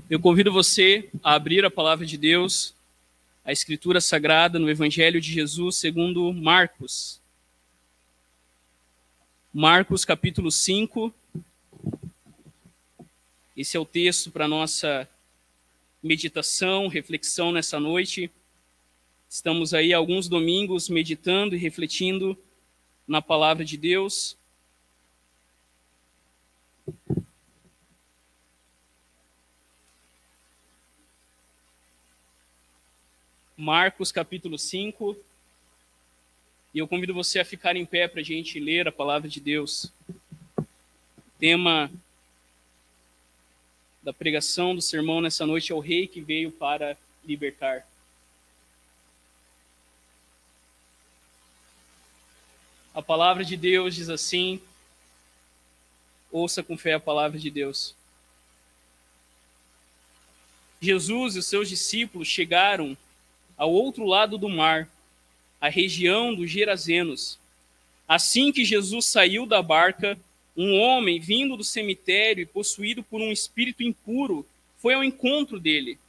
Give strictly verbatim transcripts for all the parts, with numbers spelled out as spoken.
Eu convido você a abrir a palavra de Deus, a Escritura Sagrada, no Evangelho de Jesus segundo Marcos. Marcos, capítulo cinco. Esse é o texto para a nossa meditação, reflexão nessa noite. Estamos aí há alguns domingos meditando e refletindo na palavra de Deus. Marcos, capítulo cinco. E eu convido você a ficar em pé para a gente ler a palavra de Deus. O tema da pregação do sermão nessa noite é o Rei que veio para libertar. A palavra de Deus diz assim, ouça com fé a palavra de Deus. Jesus e os seus discípulos chegaram ao outro lado do mar, a região dos Gerazenos. Assim que Jesus saiu da barca, um homem vindo do cemitério e possuído por um espírito impuro foi ao encontro dele.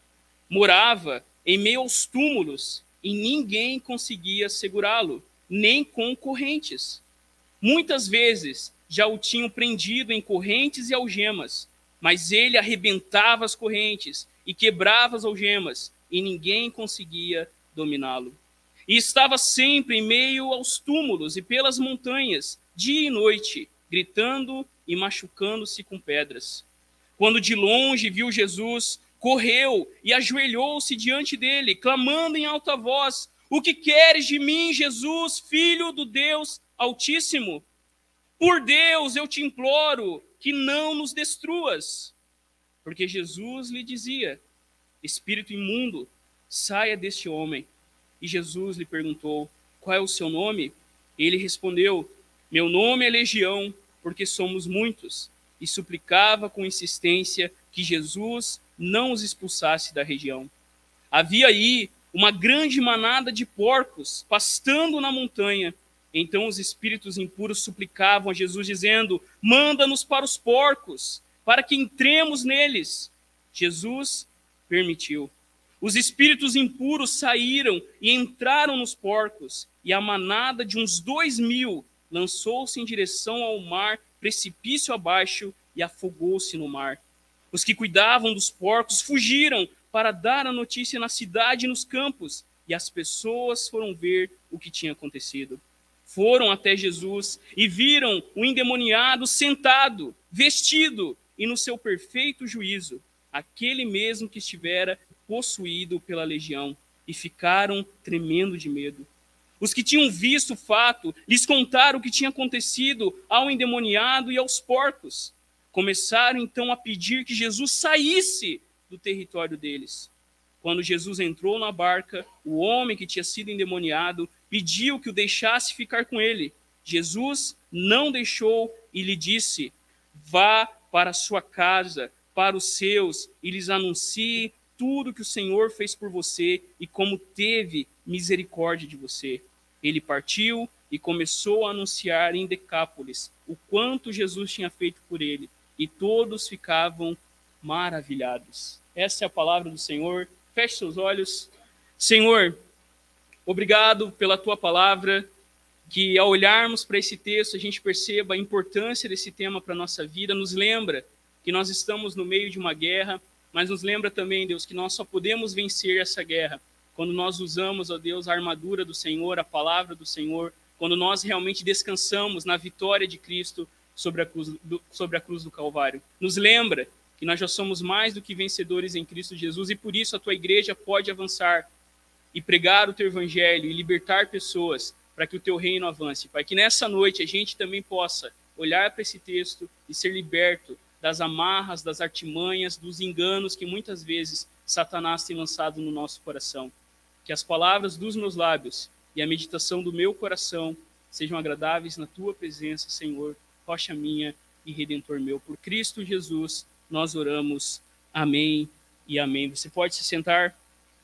Morava em meio aos túmulos e ninguém conseguia segurá-lo, nem com correntes. Muitas vezes já o tinham prendido em correntes e algemas, mas ele arrebentava as correntes e quebrava as algemas e ninguém conseguia dominá-lo. E estava sempre em meio aos túmulos e pelas montanhas, dia e noite, gritando e machucando-se com pedras. Quando de longe viu Jesus, correu e ajoelhou-se diante dele, clamando em alta voz: "O que queres de mim, Jesus, Filho do Deus Altíssimo? Por Deus, eu te imploro que não nos destruas." Porque Jesus lhe dizia: "Espírito imundo, saia deste homem." E Jesus lhe perguntou: "Qual é o seu nome?" Ele respondeu: "Meu nome é Legião, porque somos muitos." E suplicava com insistência que Jesus não os expulsasse da região. Havia aí uma grande manada de porcos pastando na montanha. Então os espíritos impuros suplicavam a Jesus, dizendo: "Manda-nos para os porcos, para que entremos neles." Jesus permitiu. Os espíritos impuros saíram e entraram nos porcos, e a manada de uns dois mil lançou-se em direção ao mar, precipício abaixo, e afogou-se no mar. Os que cuidavam dos porcos fugiram para dar a notícia na cidade e nos campos, e as pessoas foram ver o que tinha acontecido. Foram até Jesus e viram o endemoniado sentado, vestido e no seu perfeito juízo, aquele mesmo que estivera possuído pela legião, e ficaram tremendo de medo. Os que tinham visto o fato lhes contaram o que tinha acontecido ao endemoniado e aos porcos. Começaram então a pedir que Jesus saísse do território deles. Quando Jesus entrou na barca, o homem que tinha sido endemoniado pediu que o deixasse ficar com ele. Jesus não deixou e lhe disse: "Vá para a sua casa, para os seus, e lhes anuncie tudo que o Senhor fez por você e como teve misericórdia de você." Ele partiu e começou a anunciar em Decápolis o quanto Jesus tinha feito por ele, e todos ficavam maravilhados. Essa é a palavra do Senhor. Feche seus olhos. Senhor, obrigado pela tua palavra, que ao olharmos para esse texto a gente perceba a importância desse tema para a nossa vida, nos lembra que nós estamos no meio de uma guerra, mas nos lembra também, Deus, que nós só podemos vencer essa guerra quando nós usamos, ó Deus, a armadura do Senhor, a palavra do Senhor, quando nós realmente descansamos na vitória de Cristo sobre a cruz do, sobre a cruz do Calvário. Nos lembra que nós já somos mais do que vencedores em Cristo Jesus, e por isso a tua igreja pode avançar e pregar o teu evangelho e libertar pessoas para que o teu reino avance. Pai, que nessa noite a gente também possa olhar para esse texto e ser liberto das amarras, das artimanhas, dos enganos que muitas vezes Satanás tem lançado no nosso coração. Que as palavras dos meus lábios e a meditação do meu coração sejam agradáveis na tua presença, Senhor, rocha minha e redentor meu. Por Cristo Jesus, nós oramos. Amém e amém. Você pode se sentar.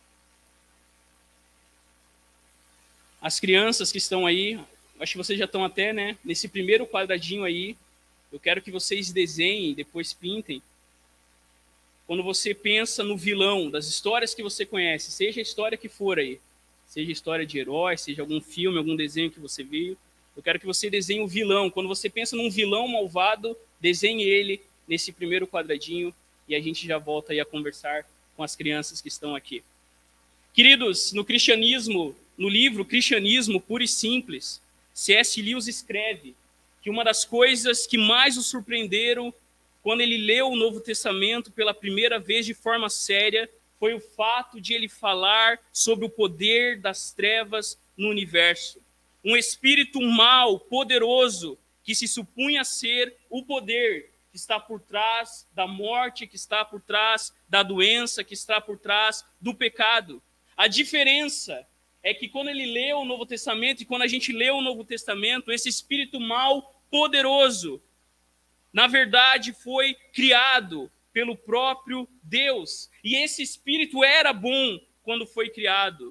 As crianças que estão aí, acho que vocês já estão até, né, nesse primeiro quadradinho aí. Eu quero que vocês desenhem, depois pintem quando você pensa no vilão das histórias que você conhece, seja a história que for aí, seja história de herói, seja algum filme, algum desenho que você viu, eu quero que você desenhe o vilão. Quando você pensa num vilão malvado, desenhe ele nesse primeiro quadradinho e a gente já volta aí a conversar com as crianças que estão aqui. Queridos, no cristianismo, no livro Cristianismo Puro e Simples, C S Lewis escreve que uma das coisas que mais o surpreenderam quando ele leu o Novo Testamento pela primeira vez de forma séria foi o fato de ele falar sobre o poder das trevas no universo. Um espírito mau, poderoso, que se supunha ser o poder que está por trás da morte, que está por trás da doença, que está por trás do pecado. A diferença é que quando ele leu o Novo Testamento e quando a gente lê o Novo Testamento, esse espírito mau, poderoso, na verdade foi criado pelo próprio Deus. E esse espírito era bom quando foi criado,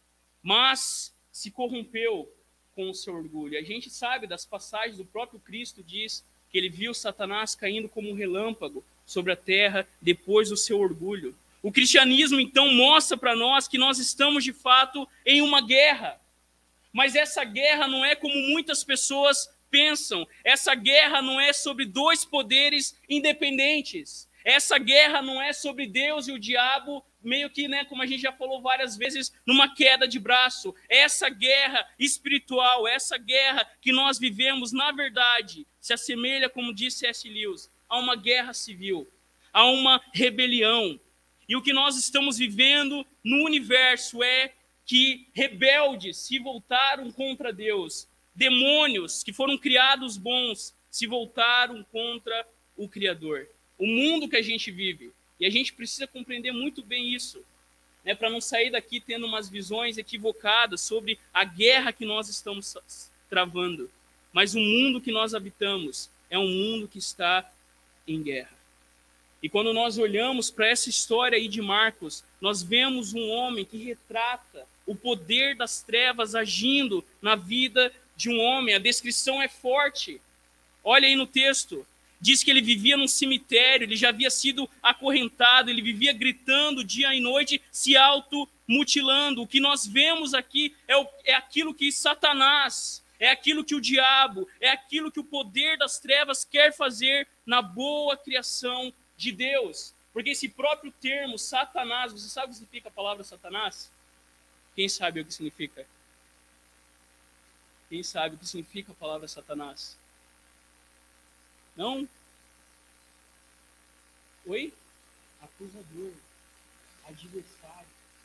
mas se corrompeu com o seu orgulho. A gente sabe das passagens do próprio Cristo, diz que ele viu Satanás caindo como um relâmpago sobre a terra depois do seu orgulho. O cristianismo, então, mostra para nós que nós estamos, de fato, em uma guerra. Mas essa guerra não é como muitas pessoas pensam. Essa guerra não é sobre dois poderes independentes. Essa guerra não é sobre Deus e o diabo, meio que, né, como a gente já falou várias vezes, numa queda de braço. Essa guerra espiritual, essa guerra que nós vivemos, na verdade, se assemelha, como disse C S Lewis, a uma guerra civil, a uma rebelião. E o que nós estamos vivendo no universo é que rebeldes se voltaram contra Deus. Demônios que foram criados bons se voltaram contra o Criador. O mundo que a gente vive. E a gente precisa compreender muito bem isso, né, para não sair daqui tendo umas visões equivocadas sobre a guerra que nós estamos travando. Mas o mundo que nós habitamos é um mundo que está em guerra. E quando nós olhamos para essa história aí de Marcos, nós vemos um homem que retrata o poder das trevas agindo na vida de um homem. A descrição é forte. Olha aí no texto. Diz que ele vivia num cemitério, ele já havia sido acorrentado, ele vivia gritando dia e noite, se automutilando. O que nós vemos aqui é, o, é aquilo que Satanás, é aquilo que o diabo, é aquilo que o poder das trevas quer fazer na boa criação de Deus. Porque esse próprio termo, Satanás, você sabe o que significa a palavra Satanás? Quem sabe o que significa? Quem sabe o que significa a palavra Satanás? Não? Oi? Acusador. Adversário.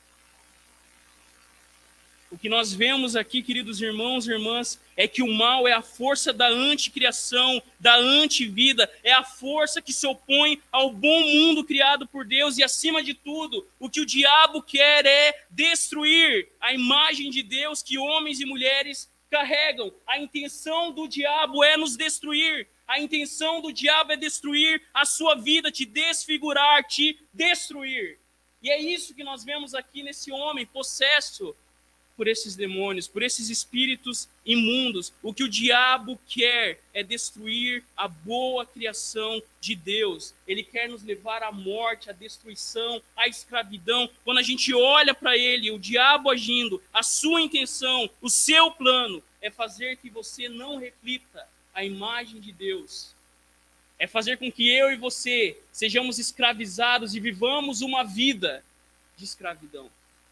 O que nós vemos aqui, queridos irmãos e irmãs, é que o mal é a força da anticriação, da antivida, é a força que se opõe ao bom mundo criado por Deus e, acima de tudo, o que o diabo quer é destruir a imagem de Deus que homens e mulheres carregam. A intenção do diabo é nos destruir. A intenção do diabo é destruir a sua vida, te desfigurar, te destruir. E é isso que nós vemos aqui nesse homem possesso por esses demônios, por esses espíritos imundos. O que o diabo quer é destruir a boa criação de Deus. Ele quer nos levar à morte, à destruição, à escravidão. Quando a gente olha para ele, o diabo agindo, a sua intenção, o seu plano é fazer que você não reflita a imagem de Deus. É fazer com que eu e você sejamos escravizados e vivamos uma vida de escravidão.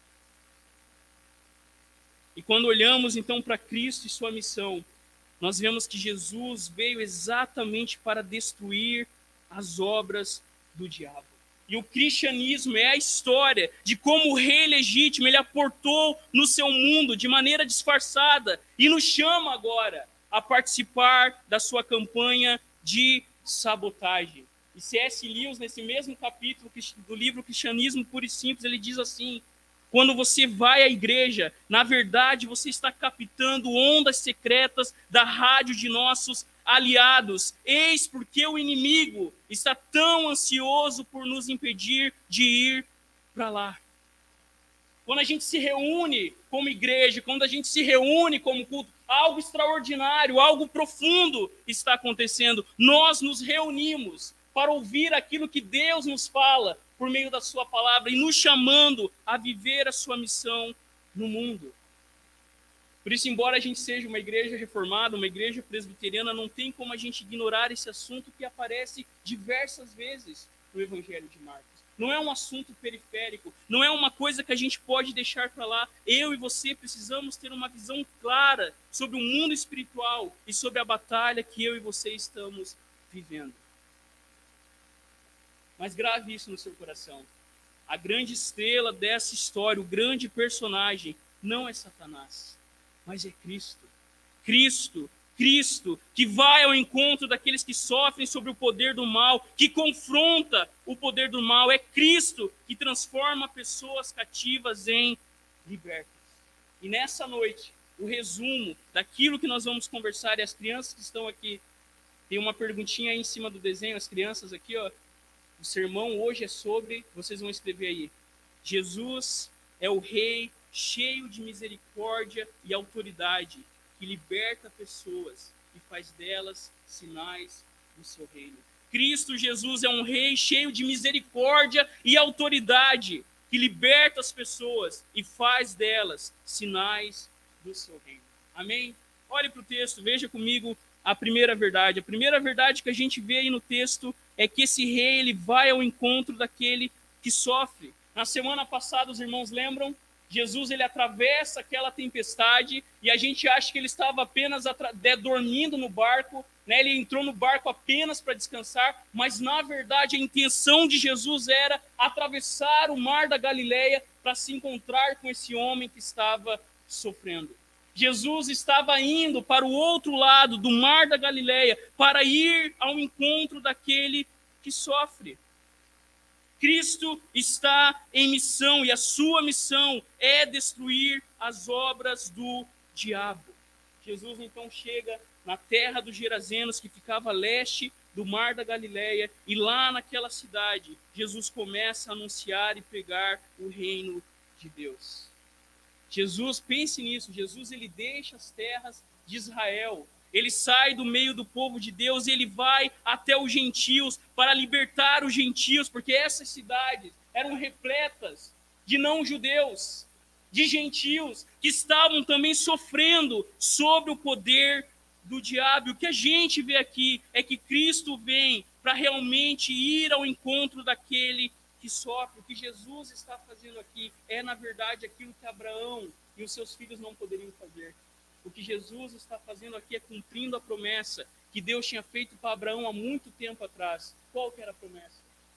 E quando olhamos então para Cristo e sua missão, nós vemos que Jesus veio exatamente para destruir as obras do diabo. E o cristianismo é a história de como o rei legítimo ele aportou no seu mundo de maneira disfarçada e nos chama agora a participar da sua campanha de sabotagem. E C S Lewis, nesse mesmo capítulo do livro Cristianismo Puro e Simples, ele diz assim: quando você vai à igreja, na verdade você está captando ondas secretas da rádio de nossos aliados. Eis porque o inimigo está tão ansioso por nos impedir de ir para lá. Quando a gente se reúne como igreja, quando a gente se reúne como culto, algo extraordinário, algo profundo está acontecendo. Nós nos reunimos para ouvir aquilo que Deus nos fala por meio da sua palavra e nos chamando a viver a sua missão no mundo. Por isso, embora a gente seja uma igreja reformada, uma igreja presbiteriana, não tem como a gente ignorar esse assunto que aparece diversas vezes no Evangelho de Marcos. Não é um assunto periférico, não é uma coisa que a gente pode deixar para lá. Eu e você precisamos ter uma visão clara sobre o mundo espiritual e sobre a batalha que eu e você estamos vivendo. Mas grave isso no seu coração. A grande estrela dessa história, o grande personagem, não é Satanás, mas é Cristo. Cristo, Cristo, que vai ao encontro daqueles que sofrem sobre o poder do mal, que confronta o poder do mal. É Cristo que transforma pessoas cativas em libertas. E nessa noite, o resumo daquilo que nós vamos conversar, e as crianças que estão aqui, tem uma perguntinha aí em cima do desenho, as crianças aqui, ó. O sermão hoje é sobre, vocês vão escrever aí, Jesus é o Rei cheio de misericórdia e autoridade, que liberta pessoas e faz delas sinais do seu reino. Cristo Jesus é um Rei cheio de misericórdia e autoridade, que liberta as pessoas e faz delas sinais do seu reino. Amém? Olhe para o texto, veja comigo a primeira verdade. A primeira verdade que a gente vê aí no texto é que esse rei ele vai ao encontro daquele que sofre. Na semana passada, os irmãos lembram? Jesus ele atravessa aquela tempestade e a gente acha que ele estava apenas de, dormindo no barco, né? Ele entrou no barco apenas para descansar, mas na verdade a intenção de Jesus era atravessar o mar da Galileia para se encontrar com esse homem que estava sofrendo. Jesus estava indo para o outro lado do mar da Galileia para ir ao encontro daquele que sofre. Cristo está em missão e a sua missão é destruir as obras do diabo. Jesus então chega na terra dos Gerazenos, que ficava a leste do mar da Galileia, e lá naquela cidade, Jesus começa a anunciar e pregar o reino de Deus. Jesus, pense nisso, Jesus ele deixa as terras de Israel, ele sai do meio do povo de Deus e ele vai até os gentios para libertar os gentios, porque essas cidades eram repletas de não-judeus, de gentios, que estavam também sofrendo sob o poder do diabo. O que a gente vê aqui é que Cristo vem para realmente ir ao encontro daquele que sofre. O que Jesus está fazendo aqui é, na verdade, aquilo que Abraão e os seus filhos não poderiam fazer. O que Jesus está fazendo aqui é cumprindo a promessa que Deus tinha feito para Abraão há muito tempo atrás. Qual que era a promessa?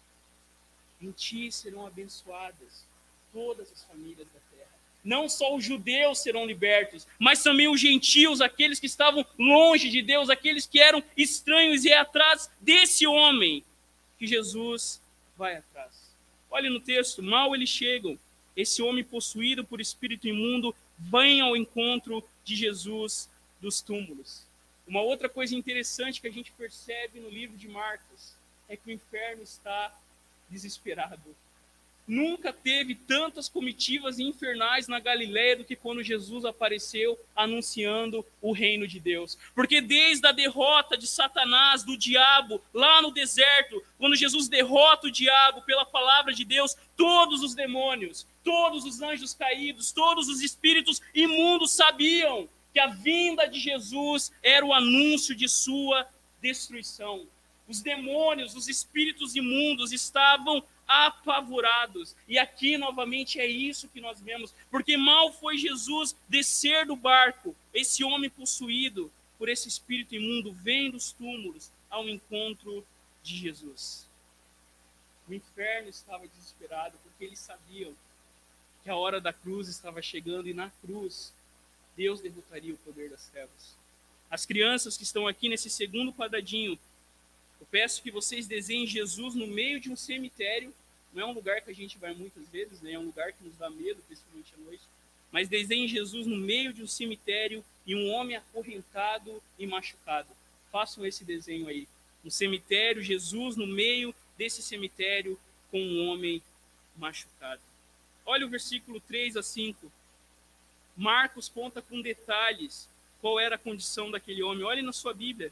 Em ti serão abençoadas todas as famílias da terra. Não só os judeus serão libertos, mas também os gentios, aqueles que estavam longe de Deus, aqueles que eram estranhos, e é atrás desse homem que Jesus vai atrás. Olha no texto, mal eles chegam, esse homem possuído por espírito imundo vem ao encontro de Jesus dos túmulos. Uma outra coisa interessante que a gente percebe no livro de Marcos é que o inferno está desesperado. Nunca teve tantas comitivas infernais na Galileia do que quando Jesus apareceu anunciando o reino de Deus. Porque desde a derrota de Satanás, do diabo, lá no deserto, quando Jesus derrota o diabo pela palavra de Deus, todos os demônios, todos os anjos caídos, todos os espíritos imundos sabiam que a vinda de Jesus era o anúncio de sua destruição. Os demônios, os espíritos imundos estavam apavorados. E aqui novamente é isso que nós vemos, porque mal foi Jesus descer do barco, esse homem possuído por esse espírito imundo vem dos túmulos ao encontro de Jesus. O inferno estava desesperado porque eles sabiam que a hora da cruz estava chegando e na cruz Deus derrotaria o poder das trevas. As crianças que estão aqui nesse segundo quadradinho, eu peço que vocês desenhem Jesus no meio de um cemitério. Não é um lugar que a gente vai muitas vezes, né? É um lugar que nos dá medo, principalmente à noite. Mas desenhem Jesus no meio de um cemitério e um homem acorrentado e machucado. Façam esse desenho aí. Um cemitério, Jesus no meio desse cemitério com um homem machucado. Olha o versículo três a cinco. Marcos conta com detalhes qual era a condição daquele homem. Olhe na sua Bíblia.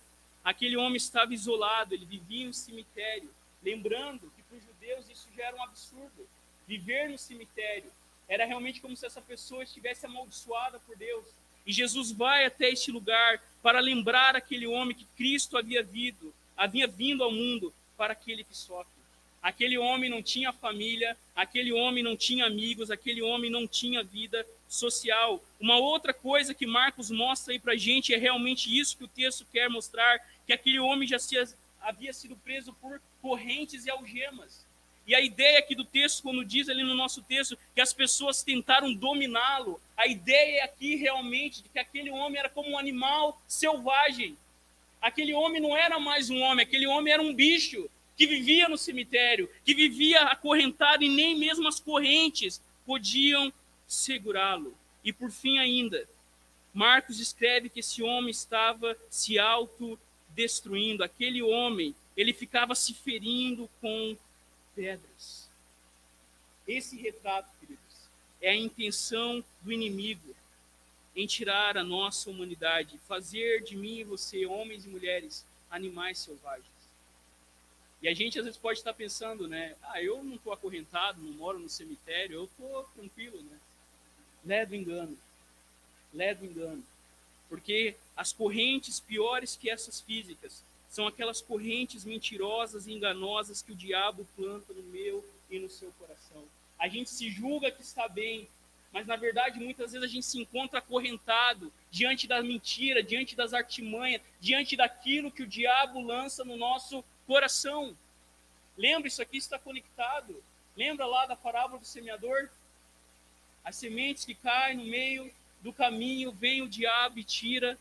aquele homem estava isolado, ele vivia em um cemitério. Lembrando que para os judeus isso já era um absurdo. Viver no cemitério era realmente como se essa pessoa estivesse amaldiçoada por Deus. E Jesus vai até este lugar para lembrar aquele homem que Cristo havia vindo, havia vindo ao mundo para aquele que sofre. Aquele homem não tinha família, aquele homem não tinha amigos, aquele homem não tinha vida social. Uma outra coisa que Marcos mostra aí para a gente é realmente isso que o texto quer mostrar, que aquele homem já se, havia sido preso por correntes e algemas. E a ideia aqui do texto, quando diz ali no nosso texto que as pessoas tentaram dominá-lo, a ideia é aqui realmente de que aquele homem era como um animal selvagem. Aquele homem não era mais um homem, aquele homem era um bicho que vivia no cemitério, que vivia acorrentado e nem mesmo as correntes podiam segurá-lo. E por fim ainda, Marcos escreve que esse homem estava se autodestruindo. Aquele homem, ele ficava se ferindo com pedras. Esse retrato, queridos, é a intenção do inimigo em tirar a nossa humanidade, fazer de mim e você, homens e mulheres, animais selvagens. E a gente às vezes pode estar pensando, né? Ah, eu não estou acorrentado, não moro no cemitério, eu estou tranquilo, né? Ledo engano. Ledo engano. Porque as correntes piores que essas físicas são aquelas correntes mentirosas e enganosas que o diabo planta no meu e no seu coração. A gente se julga que está bem, mas na verdade muitas vezes a gente se encontra acorrentado diante da mentira, diante das artimanhas, diante daquilo que o diabo lança no nosso coração. Lembra, isso aqui está conectado. Lembra lá da parábola do semeador? As sementes que caem no meio do caminho, vem o diabo e tira.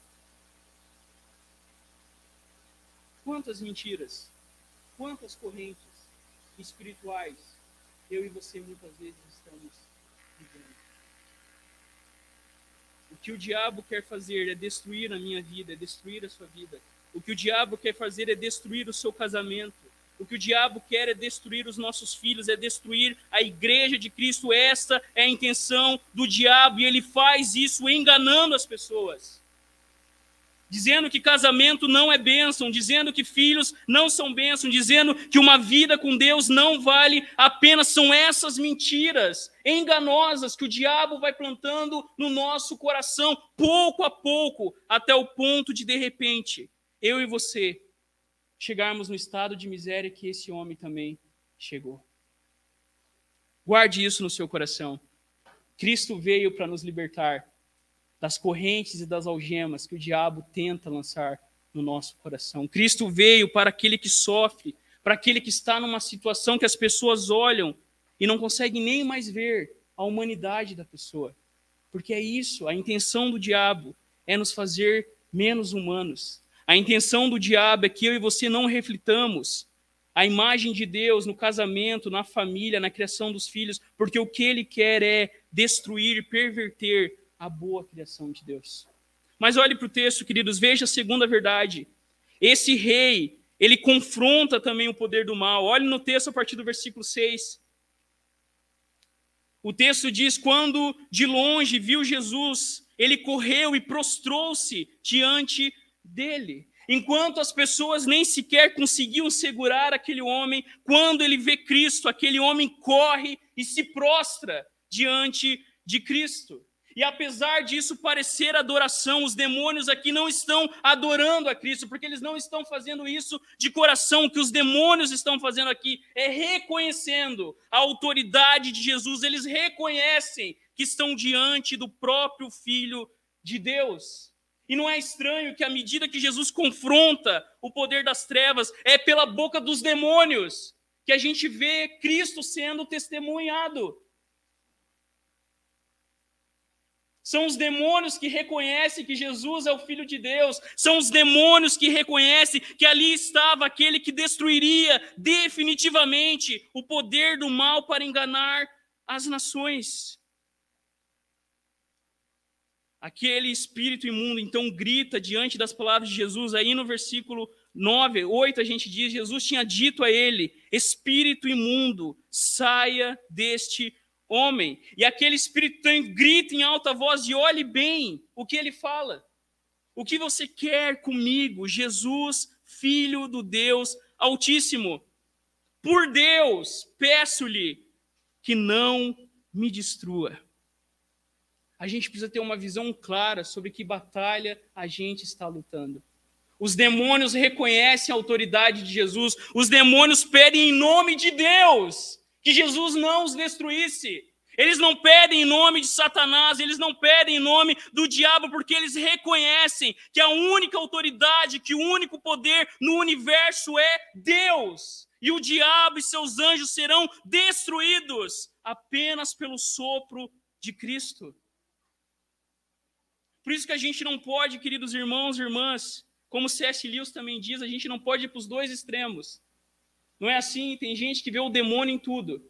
Quantas mentiras, quantas correntes espirituais eu e você muitas vezes estamos vivendo. O que o diabo quer fazer é destruir a minha vida, é destruir a sua vida. O que o diabo quer fazer é destruir o seu casamento. O que o diabo quer é destruir os nossos filhos, é destruir a igreja de Cristo. Esta é a intenção do diabo e ele faz isso enganando as pessoas. Dizendo que casamento não é bênção, dizendo que filhos não são bênção, dizendo que uma vida com Deus não vale a pena. São essas mentiras enganosas que o diabo vai plantando no nosso coração, pouco a pouco, até o ponto de, de repente, eu e você chegarmos no estado de miséria que esse homem também chegou. Guarde isso no seu coração. Cristo veio para nos libertar das correntes e das algemas que o diabo tenta lançar no nosso coração. Cristo veio para aquele que sofre, para aquele que está numa situação que as pessoas olham e não conseguem nem mais ver a humanidade da pessoa. Porque é isso, a intenção do diabo é nos fazer menos humanos. A intenção do diabo é que eu e você não reflitamos a imagem de Deus no casamento, na família, na criação dos filhos, porque o que ele quer é destruir, perverter a boa criação de Deus. Mas olhe para o texto, queridos, veja a segunda verdade. Esse rei, ele confronta também o poder do mal. Olhe no texto a partir do versículo seis. O texto diz, quando de longe viu Jesus, ele correu e prostrou-se diante dele. Enquanto as pessoas nem sequer conseguiam segurar aquele homem, quando ele vê Cristo, aquele homem corre e se prostra diante de Cristo. E apesar disso parecer adoração, os demônios aqui não estão adorando a Cristo, porque eles não estão fazendo isso de coração. O que os demônios estão fazendo aqui é reconhecendo a autoridade de Jesus. Eles reconhecem que estão diante do próprio Filho de Deus. E não é estranho que à medida que Jesus confronta o poder das trevas, é pela boca dos demônios que a gente vê Cristo sendo testemunhado. São os demônios que reconhecem que Jesus é o Filho de Deus. São os demônios que reconhecem que ali estava aquele que destruiria definitivamente o poder do mal para enganar as nações. Aquele espírito imundo, então, grita diante das palavras de Jesus. Aí no versículo nove, oito, a gente diz, Jesus tinha dito a ele, espírito imundo, saia deste homem. E aquele espírito grita em alta voz e olhe bem o que ele fala. O que você quer comigo, Jesus, Filho do Deus Altíssimo? Por Deus, peço-lhe que não me destrua. A gente precisa ter uma visão clara sobre que batalha a gente está lutando. Os demônios reconhecem a autoridade de Jesus. Os demônios pedem em nome de Deus que Jesus não os destruísse. Eles não pedem em nome de Satanás, eles não pedem em nome do diabo, porque eles reconhecem que a única autoridade, que o único poder no universo é Deus. E o diabo e seus anjos serão destruídos apenas pelo sopro de Cristo. Por isso que a gente não pode, queridos irmãos e irmãs, como C S Lewis também diz, a gente não pode ir para os dois extremos. Não é assim? Tem gente que vê o demônio em tudo.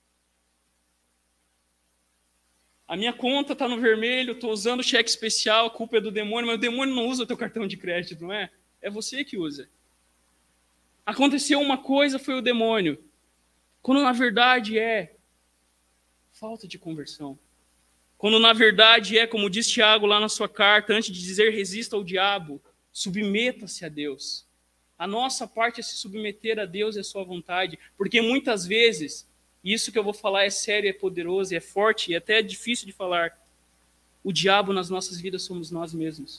A minha conta está no vermelho, estou usando cheque especial, a culpa é do demônio, mas o demônio não usa o teu cartão de crédito, não é? É você que usa. Aconteceu uma coisa, foi o demônio. Quando na verdade é falta de conversão. Quando na verdade é, como diz Tiago lá na sua carta, antes de dizer resista ao diabo, submeta-se a Deus. A nossa parte é se submeter a Deus e a sua vontade, porque muitas vezes, isso que eu vou falar é sério, é poderoso, é forte e até é difícil de falar, o diabo nas nossas vidas somos nós mesmos.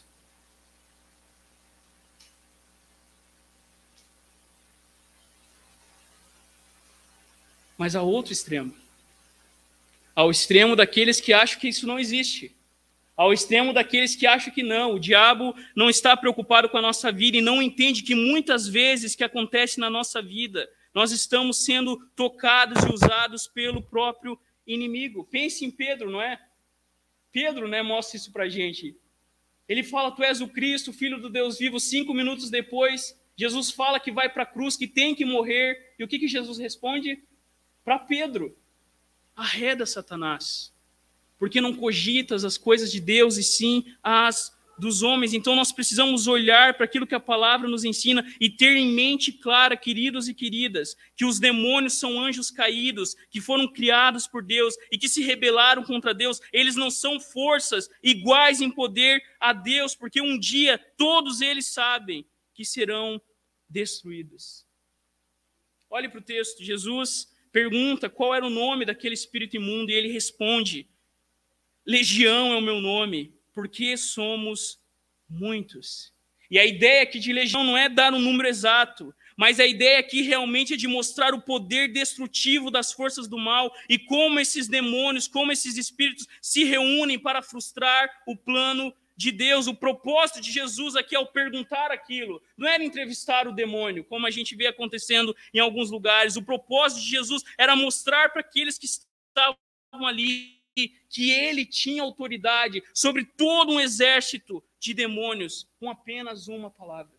Mas há outro extremo. Ao extremo daqueles que acham que isso não existe. Ao extremo daqueles que acham que não. O diabo não está preocupado com a nossa vida e não entende que muitas vezes que acontece na nossa vida, nós estamos sendo tocados e usados pelo próprio inimigo. Pense em Pedro, não é? Pedro, né, mostra isso pra gente. Ele fala, tu és o Cristo, Filho do Deus vivo. Cinco minutos depois, Jesus fala que vai para a cruz, que tem que morrer. E o que, que Jesus responde? Para Pedro. Arreda, Satanás, porque não cogitas as coisas de Deus e sim as dos homens. Então nós precisamos olhar para aquilo que a palavra nos ensina e ter em mente clara, queridos e queridas, que os demônios são anjos caídos, que foram criados por Deus e que se rebelaram contra Deus. Eles não são forças iguais em poder a Deus, porque um dia todos eles sabem que serão destruídos. Olhe para o texto, Jesus pergunta qual era o nome daquele espírito imundo e ele responde, Legião é o meu nome, porque somos muitos. E a ideia aqui de legião não é dar um número exato, mas a ideia aqui realmente é de mostrar o poder destrutivo das forças do mal e como esses demônios, como esses espíritos se reúnem para frustrar o plano de Deus. O propósito de Jesus aqui ao perguntar aquilo não era entrevistar o demônio, como a gente vê acontecendo em alguns lugares. O propósito de Jesus era mostrar para aqueles que estavam ali que ele tinha autoridade sobre todo um exército de demônios com apenas uma palavra.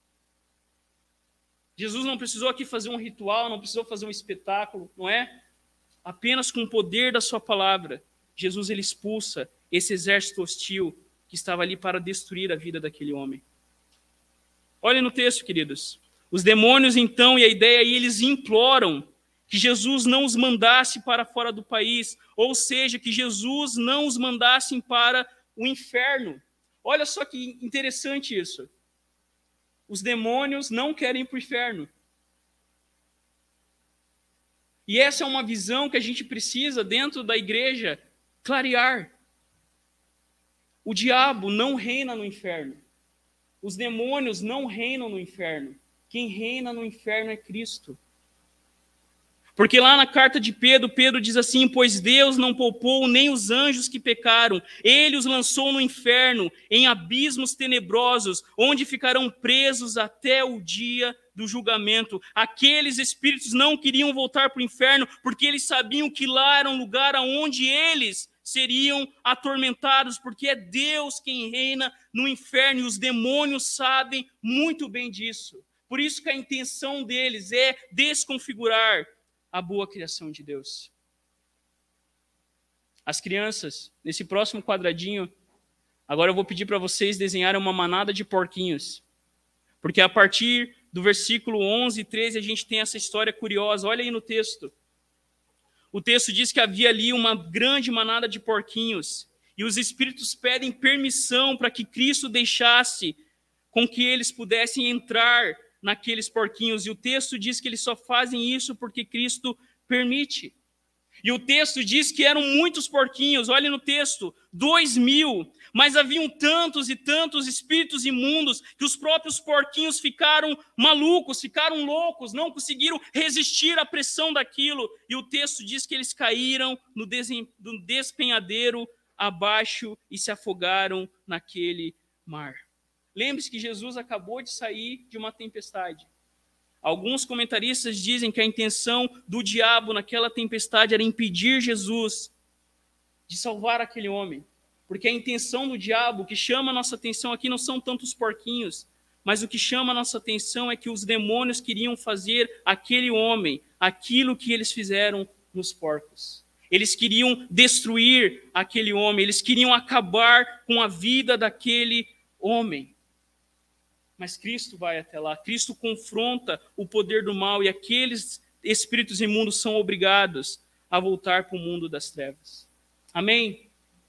Jesus não precisou aqui fazer um ritual, não precisou fazer um espetáculo, não é? Apenas com o poder da sua palavra, Jesus ele expulsa esse exército hostil que estava ali para destruir a vida daquele homem. Olhem no texto, queridos. Os demônios, então, e a ideia aí, eles imploram que Jesus não os mandasse para fora do país, ou seja, que Jesus não os mandasse para o inferno. Olha só que interessante isso. Os demônios não querem ir para o inferno. E essa é uma visão que a gente precisa, dentro da igreja, clarear. O diabo não reina no inferno. Os demônios não reinam no inferno. Quem reina no inferno é Cristo. Porque lá na carta de Pedro, Pedro diz assim, pois Deus não poupou nem os anjos que pecaram, ele os lançou no inferno, em abismos tenebrosos, onde ficarão presos até o dia do julgamento. Aqueles espíritos não queriam voltar para o inferno, porque eles sabiam que lá era um lugar onde eles seriam atormentados, porque é Deus quem reina no inferno, e os demônios sabem muito bem disso. Por isso que a intenção deles é desconfigurar a boa criação de Deus. As crianças, nesse próximo quadradinho, agora eu vou pedir para vocês desenharem uma manada de porquinhos, porque a partir do versículo onze e treze a gente tem essa história curiosa. Olha aí no texto. O texto diz que havia ali uma grande manada de porquinhos, e os espíritos pedem permissão para que Cristo deixasse com que eles pudessem entrar naqueles porquinhos. E o texto diz que eles só fazem isso porque Cristo permite. E o texto diz que eram muitos porquinhos, olha no texto, dois mil, mas haviam tantos e tantos espíritos imundos que os próprios porquinhos ficaram malucos, ficaram loucos, não conseguiram resistir à pressão daquilo. E o texto diz que eles caíram no despenhadeiro abaixo e se afogaram naquele mar. Lembre-se que Jesus acabou de sair de uma tempestade. Alguns comentaristas dizem que a intenção do diabo naquela tempestade era impedir Jesus de salvar aquele homem. Porque a intenção do diabo, o que chama a nossa atenção aqui não são tantos porquinhos, mas o que chama a nossa atenção é que os demônios queriam fazer aquele homem aquilo que eles fizeram nos porcos. Eles queriam destruir aquele homem, eles queriam acabar com a vida daquele homem. Mas Cristo vai até lá, Cristo confronta o poder do mal e aqueles espíritos imundos são obrigados a voltar para o mundo das trevas. Amém?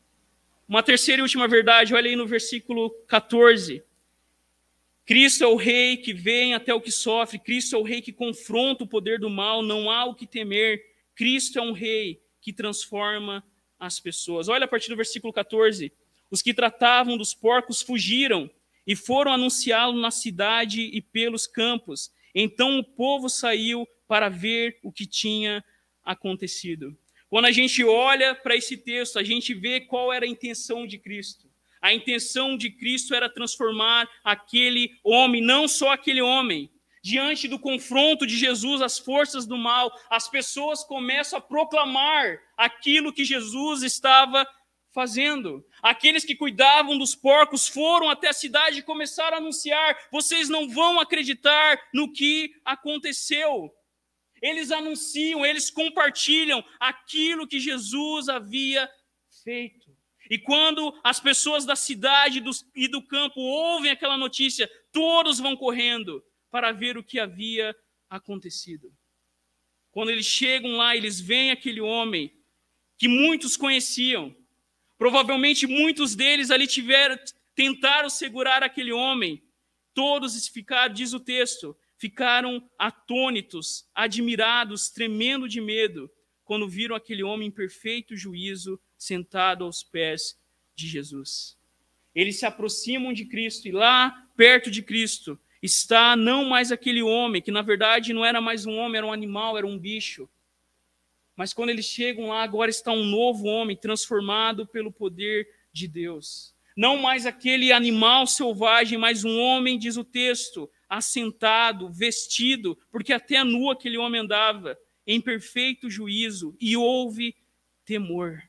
Uma terceira e última verdade, olha aí no versículo catorze. Cristo é o rei que vem até o que sofre, Cristo é o rei que confronta o poder do mal, não há o que temer. Cristo é um rei que transforma as pessoas. Olha a partir do versículo catorze. Os que tratavam dos porcos fugiram e foram anunciá-lo na cidade e pelos campos. Então o povo saiu para ver o que tinha acontecido. Quando a gente olha para esse texto, a gente vê qual era a intenção de Cristo. A intenção de Cristo era transformar aquele homem, não só aquele homem. Diante do confronto de Jesus às forças do mal, as pessoas começam a proclamar aquilo que Jesus estava fazendo. Aqueles que cuidavam dos porcos foram até a cidade e começaram a anunciar: vocês não vão acreditar no que aconteceu. Eles anunciam, eles compartilham aquilo que Jesus havia feito. E quando as pessoas da cidade e do campo ouvem aquela notícia, todos vão correndo para ver o que havia acontecido. Quando eles chegam lá, eles veem aquele homem que muitos conheciam. Provavelmente muitos deles ali tiveram, tentaram segurar aquele homem. Todos ficaram, diz o texto, ficaram atônitos, admirados, tremendo de medo, quando viram aquele homem em perfeito juízo sentado aos pés de Jesus. Eles se aproximam de Cristo e lá, perto de Cristo, está não mais aquele homem, que na verdade não era mais um homem, era um animal, era um bicho. Mas quando eles chegam lá, agora está um novo homem transformado pelo poder de Deus. Não mais aquele animal selvagem, mas um homem, diz o texto, assentado, vestido, porque até nu aquele homem andava, em perfeito juízo, e houve temor.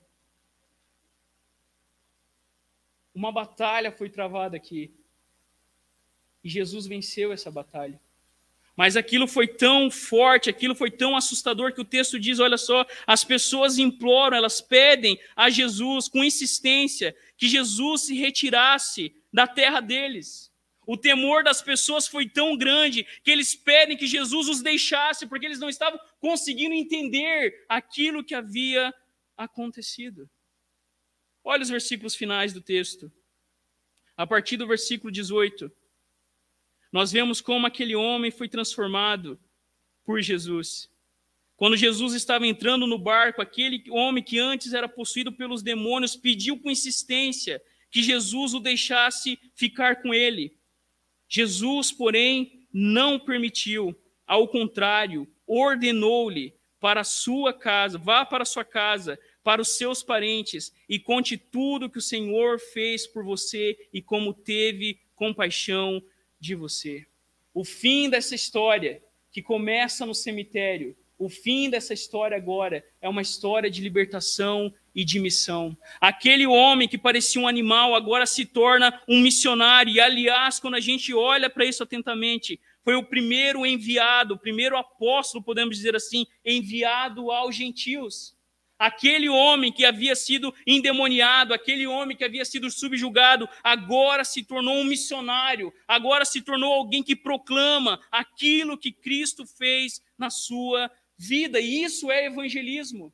Uma batalha foi travada aqui. E Jesus venceu essa batalha. Mas aquilo foi tão forte, aquilo foi tão assustador que o texto diz, olha só, as pessoas imploram, elas pedem a Jesus com insistência que Jesus se retirasse da terra deles. O temor das pessoas foi tão grande que eles pedem que Jesus os deixasse, porque eles não estavam conseguindo entender aquilo que havia acontecido. Olha os versículos finais do texto. A partir do versículo dezoito. Nós vemos como aquele homem foi transformado por Jesus. Quando Jesus estava entrando no barco, aquele homem que antes era possuído pelos demônios pediu com insistência que Jesus o deixasse ficar com ele. Jesus, porém, não permitiu. Ao contrário, ordenou-lhe para a sua casa, vá para a sua casa, para os seus parentes e conte tudo que o Senhor fez por você e como teve compaixão de você. O fim dessa história, que começa no cemitério, o fim dessa história agora é uma história de libertação e de missão. Aquele homem que parecia um animal agora se torna um missionário. E, aliás, quando a gente olha para isso atentamente, foi o primeiro enviado, o primeiro apóstolo, podemos dizer assim, enviado aos gentios. Aquele homem que havia sido endemoniado, aquele homem que havia sido subjugado, agora se tornou um missionário, agora se tornou alguém que proclama aquilo que Cristo fez na sua vida. E isso é evangelismo.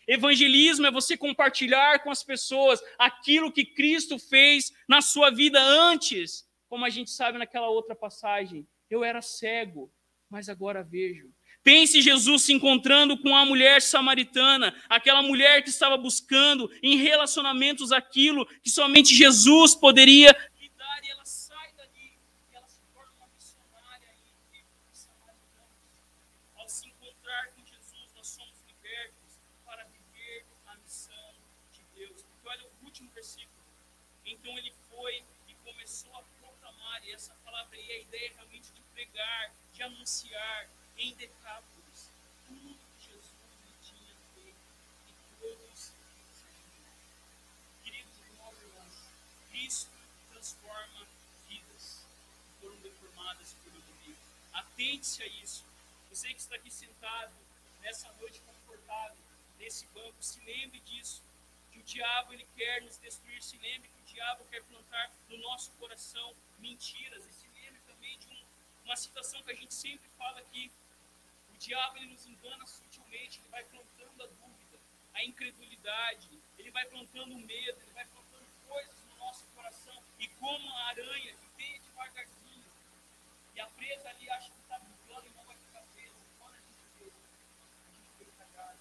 Evangelismo é você compartilhar com as pessoas aquilo que Cristo fez na sua vida antes. Como a gente sabe naquela outra passagem, eu era cego, mas agora vejo. Pense Jesus se encontrando com a mulher samaritana, aquela mulher que estava buscando em relacionamentos aquilo que somente Jesus poderia lhe dar, e ela sai dali, e ela se torna uma missionária entre os samaritanos. Ao se encontrar com Jesus, nós somos libertos para viver a missão de Deus. Porque olha o último versículo. Então ele foi e começou a proclamar, e essa palavra aí, a ideia realmente de pregar, de anunciar em Decápolis tudo que Jesus lhe tinha feito, e todos seguiam. Queridos irmãos e irmãs, Cristo transforma vidas que foram deformadas pelo inimigo. Atente-se a isso. Você que está aqui sentado nessa noite confortável, nesse banco, se lembre disso, que o diabo ele quer nos destruir, se lembre que o diabo quer plantar no nosso coração mentiras, e se lembre também de um, uma situação que a gente sempre fala aqui. O diabo ele nos engana sutilmente, ele vai plantando a dúvida, a incredulidade, ele vai plantando o medo, ele vai plantando coisas no nosso coração, e como a aranha que vem devagarzinho, e a presa ali acha que está brincando e não vai ficar presa. Quando a gente vê, a gente foi cagado.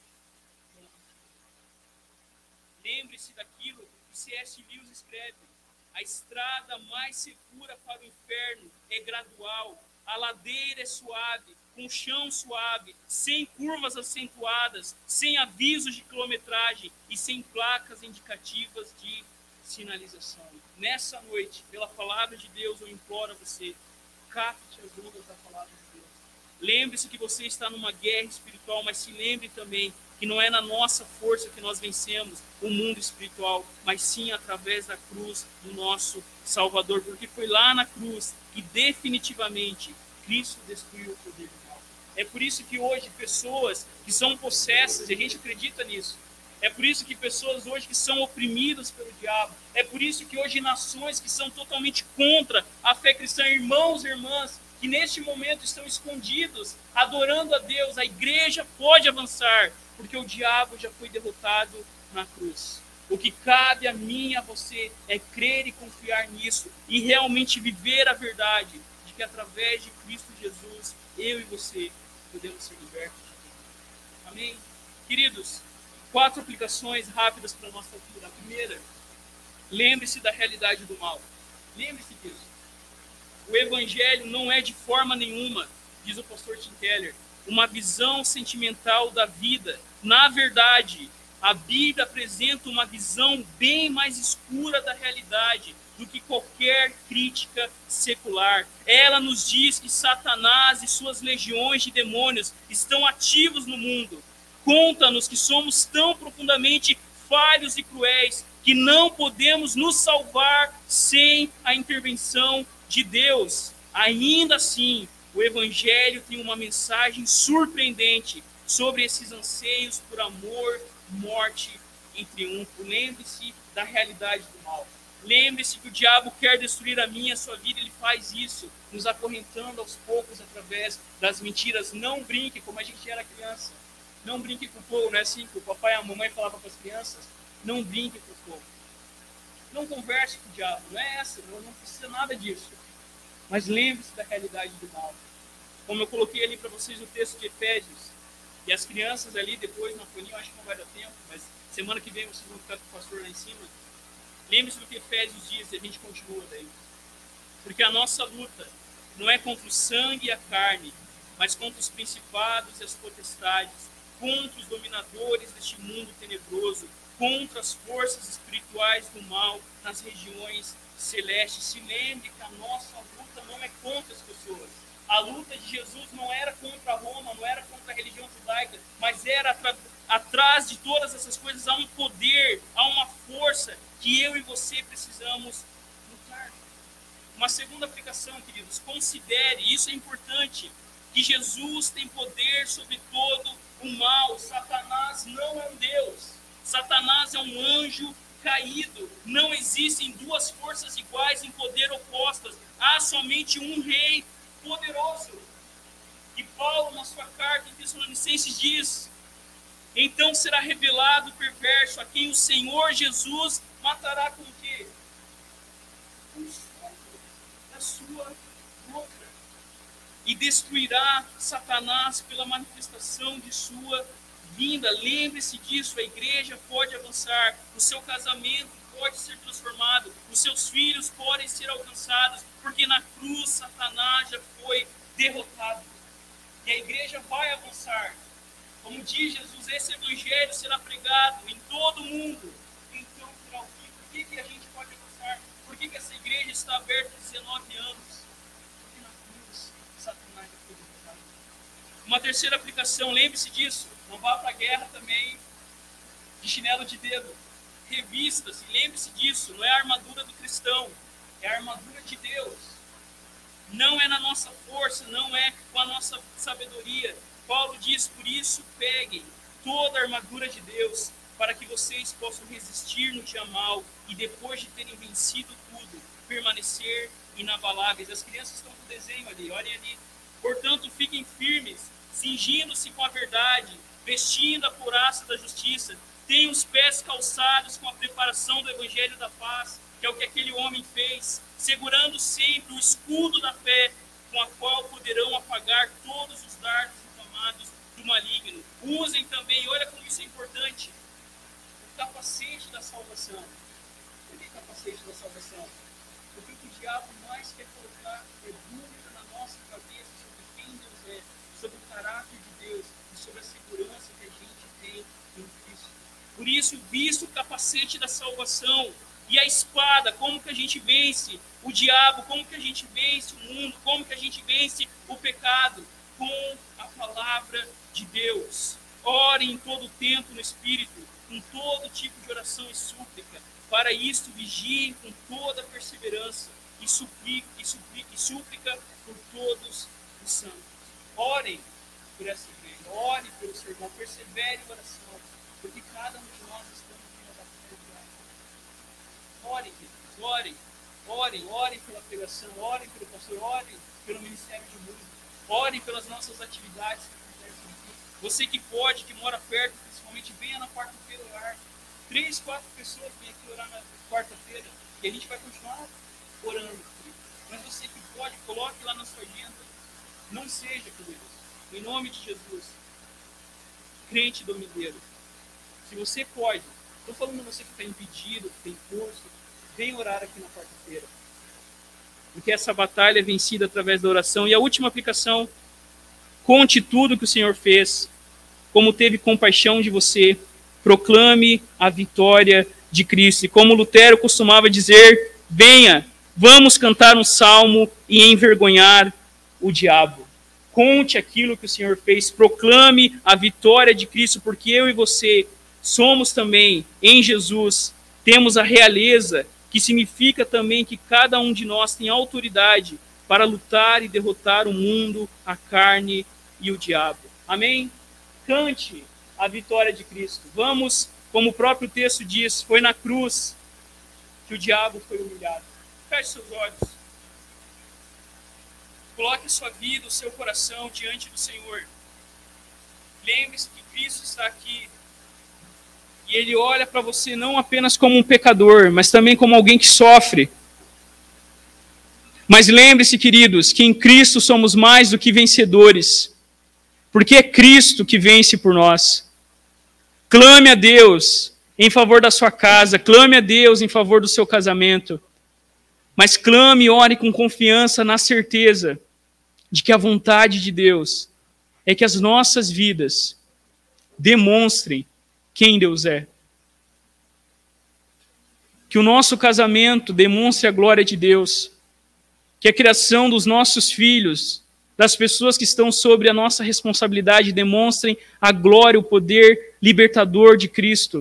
Lembre-se daquilo que C S Lewis escreve: a estrada mais segura para o inferno é gradual, a ladeira é suave, com chão suave, sem curvas acentuadas, sem avisos de quilometragem e sem placas indicativas de sinalização. Nessa noite, pela palavra de Deus, eu imploro a você, capte as ondas da palavra de Deus. Lembre-se que você está numa guerra espiritual, mas se lembre também que não é na nossa força que nós vencemos o mundo espiritual, mas sim através da cruz do nosso Salvador, porque foi lá na cruz que definitivamente Cristo destruiu o poder do mal. É por isso que hoje pessoas que são possessas, e a gente acredita nisso, é por isso que pessoas hoje que são oprimidas pelo diabo, é por isso que hoje nações que são totalmente contra a fé cristã, irmãos e irmãs, que neste momento estão escondidos, adorando a Deus, a igreja pode avançar, porque o diabo já foi derrotado na cruz. O que cabe a mim e a você é crer e confiar nisso, e realmente viver a verdade, de que através de Cristo Jesus, eu e você podemos ser libertos de Deus. Amém? Queridos, quatro aplicações rápidas para a nossa vida. A primeira, lembre-se da realidade do mal. Lembre-se disso. O evangelho não é de forma nenhuma, diz o pastor Tim Keller, uma visão sentimental da vida. Na verdade, a Bíblia apresenta uma visão bem mais escura da realidade do que qualquer crítica secular. Ela nos diz que Satanás e suas legiões de demônios estão ativos no mundo. Conta-nos que somos tão profundamente falhos e cruéis que não podemos nos salvar sem a intervenção de Deus. Ainda assim, o Evangelho tem uma mensagem surpreendente sobre esses anseios por amor, morte e triunfo. Lembre-se da realidade do mal. Lembre-se que o diabo quer destruir a minha e a sua vida. Ele faz isso, nos acorrentando aos poucos através das mentiras. Não brinque como a gente era criança. Não brinque com o fogo, não é assim que o papai e a mamãe falavam para as crianças? Não brinque com o fogo. Não converse com o diabo, não é essa, não, não precisa nada disso. Mas lembre-se da realidade do mal. Como eu coloquei ali para vocês o texto de Efésios, e as crianças ali depois na folhinha, eu acho que não vai dar tempo, mas semana que vem vocês vão ficar com o pastor lá em cima. Lembre-se do que Efésios diz e a gente continua daí. Porque a nossa luta não é contra o sangue e a carne, mas contra os principados e as potestades, contra os dominadores deste mundo tenebroso, contra as forças espirituais do mal nas regiões celestes. Se lembre que a nossa luta não é contra as pessoas. A luta de Jesus não era contra Roma, não era contra a religião judaica, mas era atra- atrás de todas essas coisas há um poder, há uma força que eu e você precisamos lutar. Uma segunda aplicação, queridos, considere, isso é importante, que Jesus tem poder sobre todo o mal. Satanás não é um Deus. Satanás é um anjo caído. Não existem duas forças iguais em poder opostas. Há somente um rei poderoso. E Paulo, na sua carta em Tessalonicenses, diz Então será revelado o perverso, a quem o Senhor Jesus matará com o quê? Com o sopro da sua boca. E destruirá Satanás pela manifestação de sua vinda. Lembre-se disso, a igreja pode avançar, o seu casamento pode ser transformado, os seus filhos podem ser alcançados, porque na cruz Satanás já foi derrotado. E a igreja vai avançar. Como diz Jesus, esse evangelho será pregado em todo o mundo. Então será o fim. Por que, que a gente pode avançar? Por que, que essa igreja está aberta há dezenove anos? Porque na cruz Satanás já foi derrotado. Uma terceira aplicação, lembre-se disso. Não vá para a guerra também de chinelo de dedo. Revista-se, lembre-se disso. Não é a armadura do cristão, é a armadura de Deus. Não é na nossa força, não é com a nossa sabedoria. Paulo diz, por isso peguem toda a armadura de Deus, para que vocês possam resistir no dia mal e depois de terem vencido tudo, permanecer inabaláveis. As crianças estão com o desenho ali, olhem ali. Portanto, fiquem firmes, cingindo-se com a verdade, vestindo a couraça da justiça, tenham os pés calçados com a preparação do evangelho da paz, que é o que aquele homem fez, segurando sempre o escudo da fé, com a qual poderão apagar todos os dardos inflamados do maligno. Usem também, olha como isso é importante, o capacete da salvação. Por que capacete da salvação? Porque o que o diabo mais quer colocar é dúvida na nossa cabeça sobre quem Deus é, sobre o caráter de Deus e sobre a segurança que a gente tem em Cristo. Por isso, visto o capacete da salvação e a espada, como que a gente vence o diabo, como que a gente vence o mundo, como que a gente vence o pecado? Com a palavra de Deus. Ore em todo o tempo no Espírito, com todo tipo de oração e súplica. Para isto, vigiem com toda perseverança e suplica, e suplica, e súplica por todos os santos. Orem por essa igreja, orem pelo seu irmão, persevere em oração, porque cada um de nós estamos em uma batalha diária. Orem, queridos, orem, orem, orem pela pregação, orem pelo pastor, orem pelo ministério de música, orem pelas nossas atividades que acontecem aqui. Você que pode, que mora perto, principalmente, venha na quarta-feira orar. Três, quatro pessoas vêm aqui orar na quarta-feira e a gente vai continuar orando. Mas você que pode, coloque lá na sua agenda. Não seja, queridos, em nome de Jesus, crente domineiro. Se você pode, estou falando a você que está impedido, que tem curso, vem orar aqui na quarta-feira. Porque essa batalha é vencida através da oração. E a última aplicação, conte tudo que o Senhor fez, como teve compaixão de você, proclame a vitória de Cristo. E como Lutero costumava dizer, venha, vamos cantar um salmo e envergonhar o diabo. Conte aquilo que o Senhor fez, proclame a vitória de Cristo, porque eu e você somos também, em Jesus, temos a realeza, que significa também que cada um de nós tem autoridade para lutar e derrotar o mundo, a carne e o diabo. Amém? Cante a vitória de Cristo. Vamos, como o próprio texto diz, foi na cruz que o diabo foi humilhado. Feche seus olhos. Coloque a sua vida, o seu coração diante do Senhor. Lembre-se que Cristo está aqui. E Ele olha para você não apenas como um pecador, mas também como alguém que sofre. Mas lembre-se, queridos, que em Cristo somos mais do que vencedores. Porque é Cristo que vence por nós. Clame a Deus em favor da sua casa, clame a Deus em favor do seu casamento. Mas clame e ore com confiança na certeza de que a vontade de Deus é que as nossas vidas demonstrem quem Deus é. Que o nosso casamento demonstre a glória de Deus. Que a criação dos nossos filhos, das pessoas que estão sobre a nossa responsabilidade, demonstrem a glória, o poder libertador de Cristo.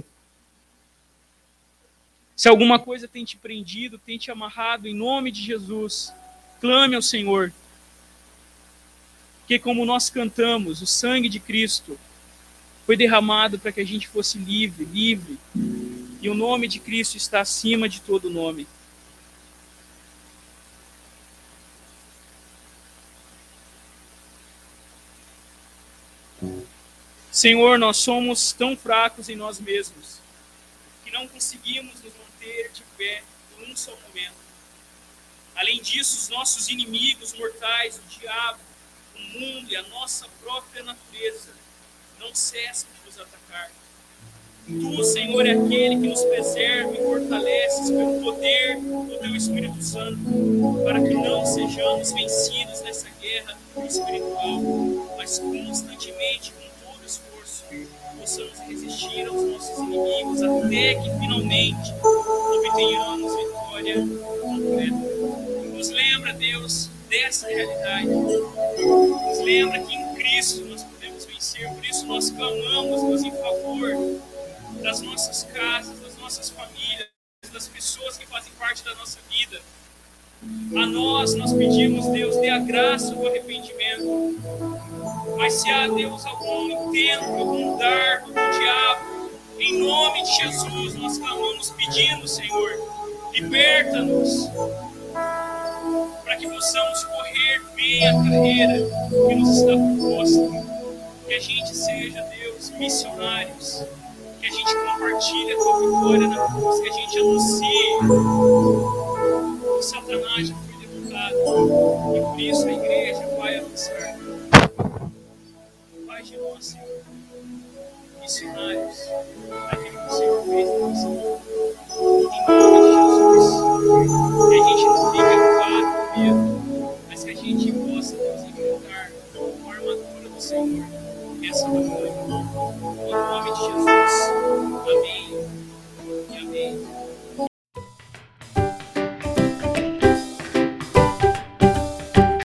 Se alguma coisa tem te prendido, tem te amarrado, em nome de Jesus, clame ao Senhor. Porque como nós cantamos, o sangue de Cristo foi derramado para que a gente fosse livre, livre. E o nome de Cristo está acima de todo nome. Senhor, nós somos tão fracos em nós mesmos que não conseguimos nos manter de pé por um só momento. Além disso, os nossos inimigos mortais, o diabo, o mundo e a nossa própria natureza não cessam de nos atacar. Tu, Senhor, é aquele que nos preserva e fortalece pelo poder do Teu Espírito Santo, para que não sejamos vencidos nessa guerra espiritual, mas constantemente, com todo esforço, possamos resistir aos nossos inimigos até que finalmente obtenhamos vitória completa. Nos lembra, Deus, dessa realidade. Nos lembra que em Cristo nós podemos vencer, por isso nós clamamos, Deus, em favor das nossas casas, das nossas famílias, das pessoas que fazem parte da nossa vida. A nós, nós pedimos, Deus, dê a graça do arrependimento. Mas se há, Deus, algum intento, algum dardo do diabo, em nome de Jesus, nós clamamos pedindo, Senhor, liberta-nos, para que possamos correr bem a carreira que nos está proposta. Que a gente seja, Deus, missionários. Que a gente compartilhe a tua vitória na cruz. Que a gente anuncie que Satanás já foi derrotado. E por isso a igreja vai avançar. Faz de nós, Senhor, missionários, aquilo que o Senhor fez na nossa vida. Em nome de Jesus. Que a gente não fique acuado com medo, mas que a gente possa, Deus, enfrentar com a armadura do Senhor essa batalha. Em nome de Jesus. Amém e amém.